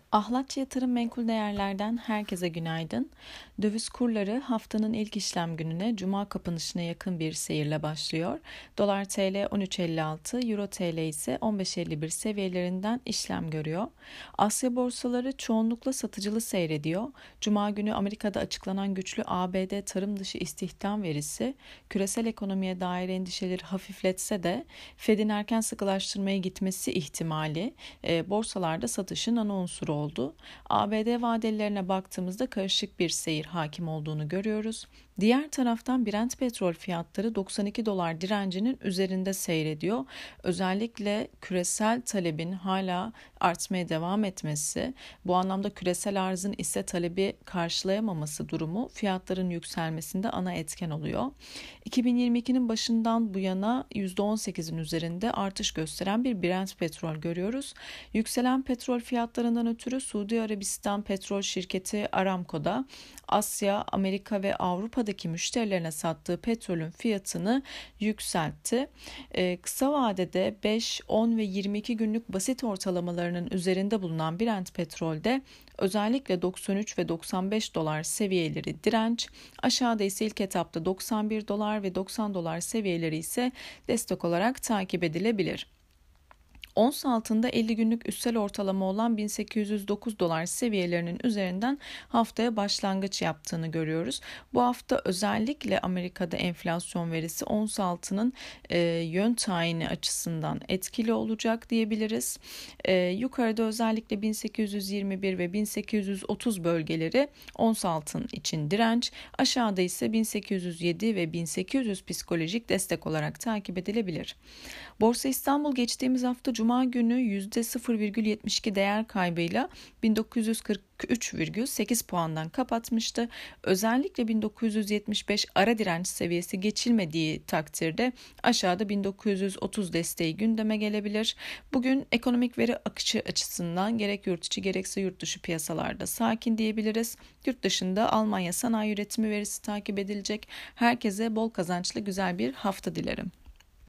Ahlatçı Yatırım Menkul Değerler'den herkese günaydın. Döviz kurları haftanın ilk işlem gününe Cuma kapanışına yakın bir seyirle başlıyor. Dolar TL 13.56, Euro TL ise 15.51 seviyelerinden işlem görüyor. Asya borsaları çoğunlukla satıcılı seyrediyor. Cuma günü Amerika'da açıklanan güçlü ABD tarım dışı istihdam verisi küresel ekonomiye dair endişeleri hafifletse de Fed'in erken sıkılaştırmaya gitmesi ihtimali borsalarda satışın ana unsuru oldu. ABD vadelilerine baktığımızda karışık bir seyir hakim olduğunu görüyoruz. Diğer taraftan Brent petrol fiyatları 92 dolar direncinin üzerinde seyrediyor. Özellikle küresel talebin hala artmaya devam etmesi, bu anlamda küresel arzın ise talebi karşılayamaması durumu fiyatların yükselmesinde ana etken oluyor. 2022'nin başından bu yana %18'in üzerinde artış gösteren bir Brent petrol görüyoruz. Yükselen petrol fiyatlarından ötürü Suudi Arabistan petrol şirketi Aramco'da Asya, Amerika ve Avrupa'daki müşterilerine sattığı petrolün fiyatını yükseltti. Kısa vadede 5, 10 ve 22 günlük basit ortalamalarının üzerinde bulunan Brent petrolde özellikle 93 ve 95 dolar seviyeleri direnç, aşağıda ise ilk etapta 91 dolar ve 90 dolar seviyeleri ise destek olarak takip edilebilir. Ons altında 50 günlük üstel ortalama olan 1809 dolar seviyelerinin üzerinden haftaya başlangıç yaptığını görüyoruz. Bu hafta özellikle Amerika'da enflasyon verisi ons altının yön tayini açısından etkili olacak diyebiliriz. Yukarıda özellikle 1821 ve 1830 bölgeleri ons altın için direnç, aşağıda ise 1807 ve 1800 psikolojik destek olarak takip edilebilir. Borsa İstanbul geçtiğimiz hafta Cuma günü %0,72 değer kaybıyla 1943,8 puandan kapatmıştı. Özellikle 1975 ara direnç seviyesi geçilmediği takdirde aşağıda 1930 desteği gündeme gelebilir. Bugün ekonomik veri akışı açısından gerek yurt içi gerekse yurt dışı piyasalarda sakin diyebiliriz. Yurt dışında Almanya sanayi üretimi verisi takip edilecek. Herkese bol kazançlı güzel bir hafta dilerim.